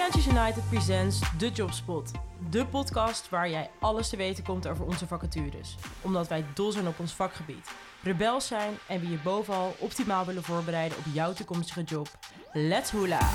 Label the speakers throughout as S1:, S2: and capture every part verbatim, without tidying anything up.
S1: Freelancers United presents The Jobspot. De podcast waar jij alles te weten komt over onze vacatures. Omdat wij dol zijn op ons vakgebied, rebels zijn en we je bovenal optimaal willen voorbereiden op jouw toekomstige job. Let's hoela!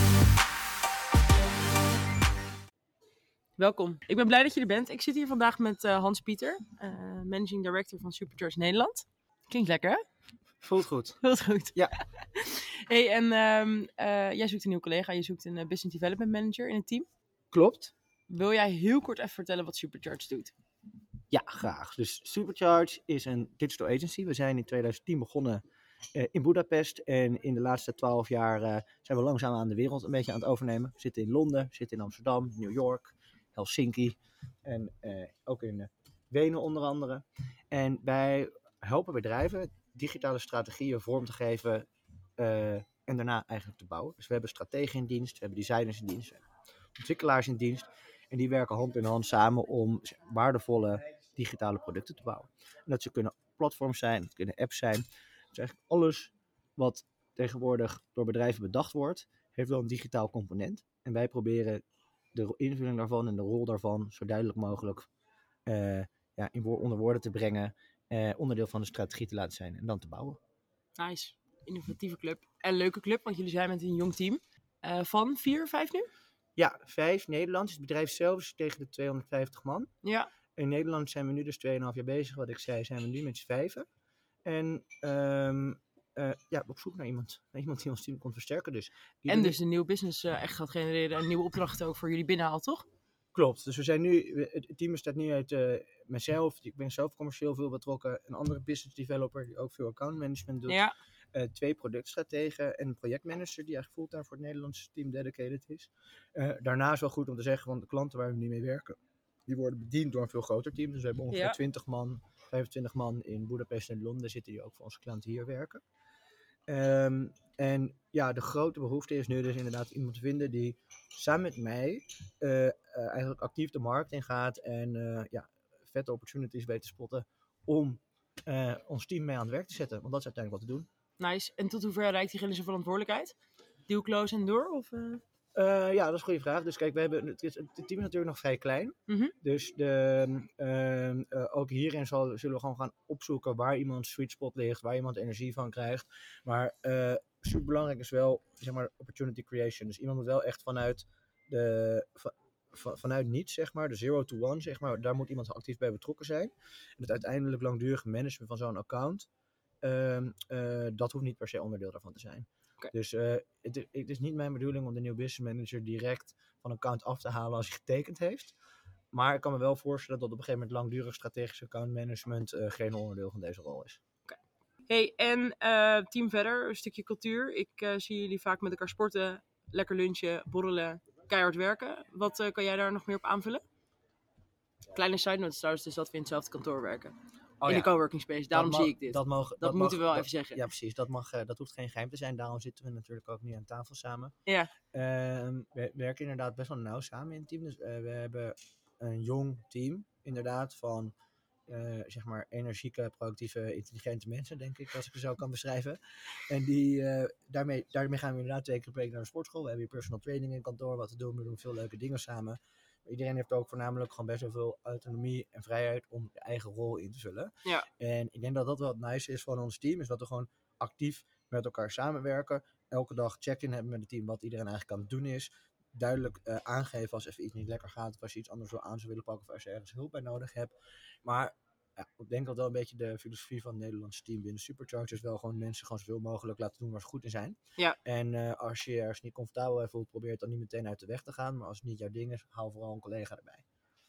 S1: Welkom, ik ben blij dat je er bent. Ik zit hier vandaag met uh, Hans Pieter, uh, Managing Director van Supercharge Nederland. Klinkt lekker, hè?
S2: Voelt goed.
S1: Voelt goed.
S2: Ja.
S1: Hey, en um, uh, jij zoekt een nieuwe collega, je zoekt een uh, Business Development Manager in het team.
S2: Klopt.
S1: Wil jij heel kort even vertellen wat Supercharge doet?
S2: Ja, graag. Dus Supercharge is een digital agency. We zijn in twintig tien begonnen uh, in Budapest. En in de laatste twaalf jaar uh, zijn we langzaam aan de wereld een beetje aan het overnemen. We zitten in Londen, we zitten in Amsterdam, New York, Helsinki en uh, ook in uh, Wenen onder andere. En wij helpen bedrijven digitale strategieën vorm te geven uh, en daarna eigenlijk te bouwen. Dus we hebben strategen in dienst, we hebben designers in dienst, we hebben ontwikkelaars in dienst. En die werken hand in hand samen om waardevolle digitale producten te bouwen. En dat ze kunnen platforms zijn, dat kunnen apps zijn. Dus eigenlijk alles wat tegenwoordig door bedrijven bedacht wordt, heeft wel een digitaal component. En wij proberen de invulling daarvan en de rol daarvan zo duidelijk mogelijk uh, ja, in wo- onder woorden te brengen. Uh, onderdeel van de strategie te laten zijn en dan te bouwen.
S1: Nice. Innovatieve club. En leuke club, want jullie zijn met een jong team. Uh, van vier, vijf nu?
S2: Ja, vijf Nederlands. Het bedrijf zelf is tegen de tweehonderdvijftig man.
S1: Ja. In
S2: Nederland zijn we nu dus twee komma vijf jaar bezig. Wat ik zei, zijn we nu met z'n vijven. En um, uh, ja, op zoek naar iemand. Naar iemand die ons team kon versterken. Dus.
S1: En dus een nieuw business uh, echt gaat genereren. En nieuwe opdrachten ook voor jullie binnenhaalt, toch?
S2: Klopt. Dus we zijn nu, het team bestaat nu uit uh, mezelf. Ik ben zelf commercieel veel betrokken. Een andere business developer die ook veel account management doet.
S1: Ja.
S2: Uh, twee productstrategen en een projectmanager die eigenlijk fulltime voor het Nederlandse team dedicated is. Uh, daarna is wel goed om te zeggen, want de klanten waar we nu mee werken, die worden bediend door een veel groter team. Dus we hebben ongeveer ja. twintig man, vijfentwintig man in Budapest en Londen zitten die ook voor onze klanten hier werken. Um, en ja, de grote behoefte is nu dus inderdaad iemand te vinden die samen met mij uh, uh, eigenlijk actief de markt in gaat en uh, ja, vette opportunities weet te spotten om uh, ons team mee aan het werk te zetten. Want dat is uiteindelijk wat we doen.
S1: Nice. En tot hoever reikt diegene zijn verantwoordelijkheid? Deal close en door? Of, uh...
S2: Uh, ja, dat is een goede vraag. Dus kijk, we hebben, het, is, het team is natuurlijk nog vrij klein.
S1: Mm-hmm.
S2: Dus de, uh, uh, ook hierin zal, zullen we gewoon gaan opzoeken waar iemand sweet spot ligt, waar iemand energie van krijgt. Maar uh, super belangrijk is wel, zeg maar, opportunity creation. Dus iemand moet wel echt vanuit de... Van, van, vanuit niets, zeg maar, de zero to one, zeg maar, daar moet iemand actief bij betrokken zijn. En het uiteindelijk langdurige management van zo'n account, uh, uh, dat hoeft niet per se onderdeel daarvan te zijn. Okay. Dus uh, het, het is niet mijn bedoeling om de nieuwe business manager direct van een account af te halen als hij getekend heeft. Maar ik kan me wel voorstellen dat op een gegeven moment langdurig strategisch account management uh, geen onderdeel van deze rol is.
S1: Okay. Hey, en uh, team verder, een stukje cultuur. Ik uh, zie jullie vaak met elkaar sporten, lekker lunchen, borrelen, keihard werken. Wat uh, kan jij daar nog meer op aanvullen? Kleine side note trouwens, dus dat we in hetzelfde kantoor werken.
S2: Oh,
S1: in
S2: ja.
S1: de coworking space, daarom
S2: mag,
S1: zie ik dit.
S2: Dat, mogen,
S1: dat,
S2: dat
S1: moeten
S2: mag,
S1: we wel
S2: dat,
S1: even zeggen.
S2: Ja, precies. Dat, mag, uh, dat hoeft geen geheim te zijn. Daarom zitten we natuurlijk ook nu aan tafel samen.
S1: Ja.
S2: Uh, we werken inderdaad best wel nauw samen in het team. Dus uh, we hebben een jong team, inderdaad, van uh, zeg maar energieke, proactieve, intelligente mensen, denk ik, als ik het zo kan beschrijven. En die, uh, daarmee, daarmee gaan we inderdaad twee keer per week naar de sportschool. We hebben hier personal training in kantoor, wat te doen. We doen veel leuke dingen samen. Iedereen heeft ook voornamelijk gewoon best wel veel autonomie en vrijheid om je eigen rol in te vullen.
S1: Ja.
S2: En ik denk dat dat wel het nice is van ons team, is dat we gewoon actief met elkaar samenwerken. Elke dag check-in hebben met het team wat iedereen eigenlijk aan het doen is. Duidelijk uh, aangeven als even iets niet lekker gaat, of als je iets anders wil aan zou willen pakken, of als je ergens hulp bij nodig hebt. Maar ja, ik denk dat wel een beetje de filosofie van het Nederlandse team binnen Supercharge is wel gewoon mensen gewoon zoveel mogelijk laten doen waar ze goed in zijn.
S1: Ja.
S2: En uh, als je je ergens niet comfortabel bij voelt, probeer het dan niet meteen uit de weg te gaan. Maar als het niet jouw ding is, haal vooral een collega erbij.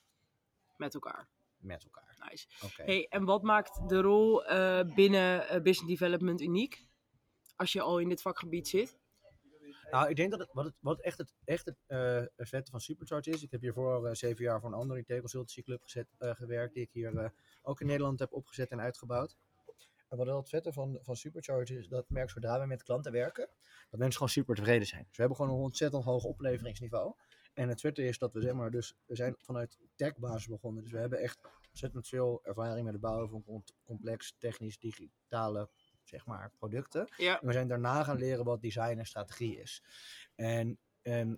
S1: Met elkaar.
S2: Met elkaar.
S1: Nice.
S2: Okay.
S1: Hey, en wat maakt de rol uh, binnen uh, business development uniek? Als je al in dit vakgebied zit?
S2: Nou, ik denk dat het, wat, het, wat echt het, echt het uh, vette van Supercharge is. Ik heb hiervoor uh, zeven jaar voor een andere I T-consultancy club gezet, uh, gewerkt. Die ik hier uh, ook in Nederland heb opgezet en uitgebouwd. En wat het vette van, van Supercharge is, dat merk zodra we met klanten werken, dat mensen gewoon super tevreden zijn. Dus we hebben gewoon een ontzettend hoog opleveringsniveau. En het vette is dat we, zeg maar, dus we zijn vanuit tech-basis begonnen. Dus we hebben echt ontzettend veel ervaring met het bouwen van complex, technisch, digitale, zeg maar, producten.
S1: Ja.
S2: En we zijn daarna gaan leren wat design en strategie is. En um,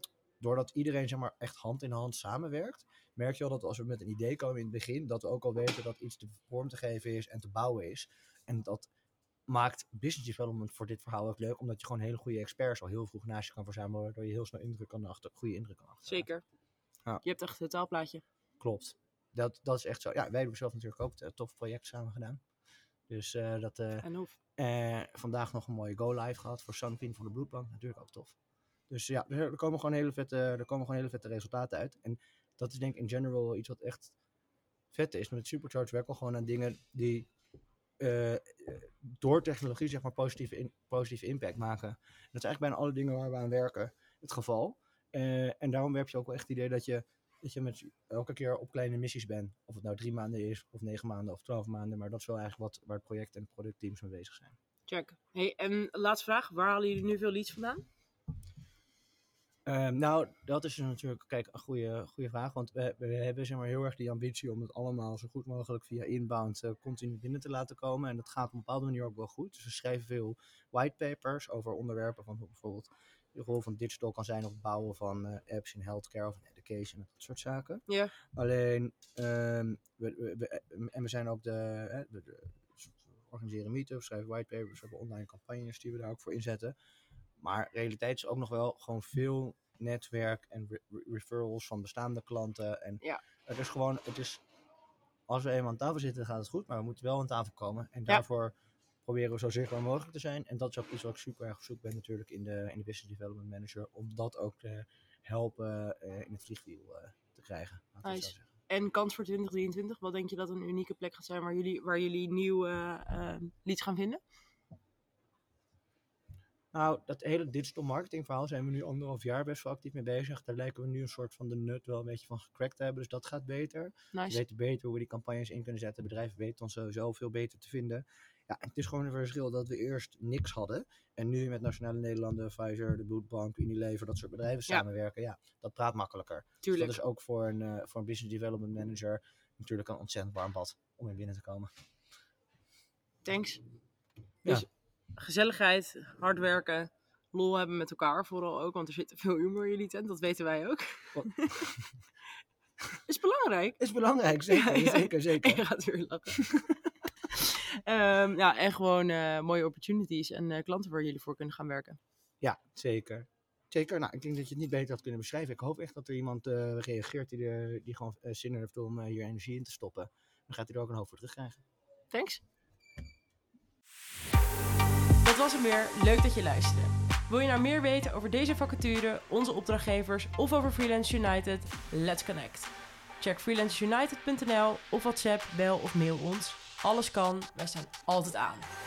S2: doordat iedereen zeg maar, echt hand in hand samenwerkt, merk je al dat als we met een idee komen in het begin, dat we ook al weten dat iets te vorm te geven is en te bouwen is. En dat maakt business development voor dit verhaal ook leuk, omdat je gewoon hele goede experts al heel vroeg naast je kan verzamelen, waardoor je heel snel indruk kan achter, goede indruk kan achterhalen.
S1: Zeker.
S2: Ja.
S1: Je hebt echt het taalplaatje.
S2: Klopt. Dat, dat is echt zo. Ja, wij hebben zelf natuurlijk ook een tof project samen gedaan. Dus uh, dat... Uh,
S1: en hoef.
S2: Uh, vandaag nog een mooie go-live gehad voor Sunbeam van de Bloedbank. Natuurlijk ook tof. Dus ja, er, er, komen gewoon hele vette, er komen gewoon hele vette resultaten uit. En dat is denk ik in general iets wat echt vet is. Met Supercharge werken we gewoon aan dingen die uh, door technologie zeg maar positieve, in, positieve impact maken. En dat is eigenlijk bijna alle dingen waar we aan werken het geval. Uh, en daarom heb je ook wel echt het idee dat je, dat je met elke keer op kleine missies bent. Of het nou drie maanden is, of negen maanden, of twaalf maanden. Maar dat is wel eigenlijk wat, waar het project en het productteams mee bezig zijn.
S1: Check. Hey, en laatste vraag. Waar halen jullie nu veel leads vandaan?
S2: Uh, nou, dat is natuurlijk kijk, een goede, goede vraag. Want we, we hebben zeg maar, heel erg die ambitie om het allemaal zo goed mogelijk via inbound uh, continu binnen te laten komen. En dat gaat op een bepaalde manier ook wel goed. Dus we schrijven veel whitepapers over onderwerpen van bijvoorbeeld de rol van digital kan zijn op het bouwen van uh, apps in healthcare of in education en dat soort zaken.
S1: Ja. Yeah.
S2: Alleen, um, we, we, we, en we zijn ook de, uh, de, de organiseren meetups, schrijven whitepapers, we hebben online campagnes die we daar ook voor inzetten. Maar realiteit is ook nog wel gewoon veel netwerk en re- referrals van bestaande klanten. En
S1: ja.
S2: het is gewoon, het is, als we eenmaal aan tafel zitten gaat het goed, maar we moeten wel aan tafel komen. En daarvoor ja. proberen we zo zichtbaar mogelijk te zijn. En dat is ook iets wat ik super erg op zoek ben natuurlijk in de, in de Business Development Manager. Om dat ook te helpen uh, in het vliegwiel uh, te krijgen.
S1: Nice. En kans voor twintig drieëntwintig, wat denk je dat een unieke plek gaat zijn waar jullie, waar jullie nieuwe uh, leads gaan vinden?
S2: Nou, dat hele digital marketing verhaal zijn we nu anderhalf jaar best wel actief mee bezig. Daar lijken we nu een soort van de nut wel een beetje van gecrackt te hebben. Dus dat gaat beter.
S1: Nice.
S2: We weten beter hoe we die campagnes in kunnen zetten. Bedrijven weten ons sowieso veel beter te vinden. Ja, het is gewoon een verschil dat we eerst niks hadden. En nu met Nationale Nederlanden, Pfizer, de Bloedbank, Unilever, dat soort bedrijven ja. samenwerken. Ja, dat praat makkelijker.
S1: Tuurlijk.
S2: Dus dat is ook voor een, uh, voor een Business Development Manager natuurlijk een ontzettend warm bad om in binnen te komen.
S1: Thanks. Dus ja. Gezelligheid, hard werken. Lol hebben met elkaar vooral ook, want er zit veel humor in jullie tent, dat weten wij ook. Is belangrijk.
S2: Is belangrijk, zeker, ja, ja. zeker, zeker.
S1: Je gaat weer lachen. um, ja, en gewoon uh, mooie opportunities en uh, klanten waar jullie voor kunnen gaan werken.
S2: Ja, zeker. Zeker, nou, ik denk dat je het niet beter had kunnen beschrijven. Ik hoop echt dat er iemand uh, reageert die, de, die gewoon uh, zin heeft om uh, hier energie in te stoppen. Dan gaat hij er ook een hoop voor terugkrijgen.
S1: Thanks. Dat was hem weer. Leuk dat je luisterde. Wil je nou meer weten over deze vacature, onze opdrachtgevers of over Freelance United? Let's connect. Check freelance united punt n l of WhatsApp, bel of mail ons. Alles kan, wij staan altijd aan.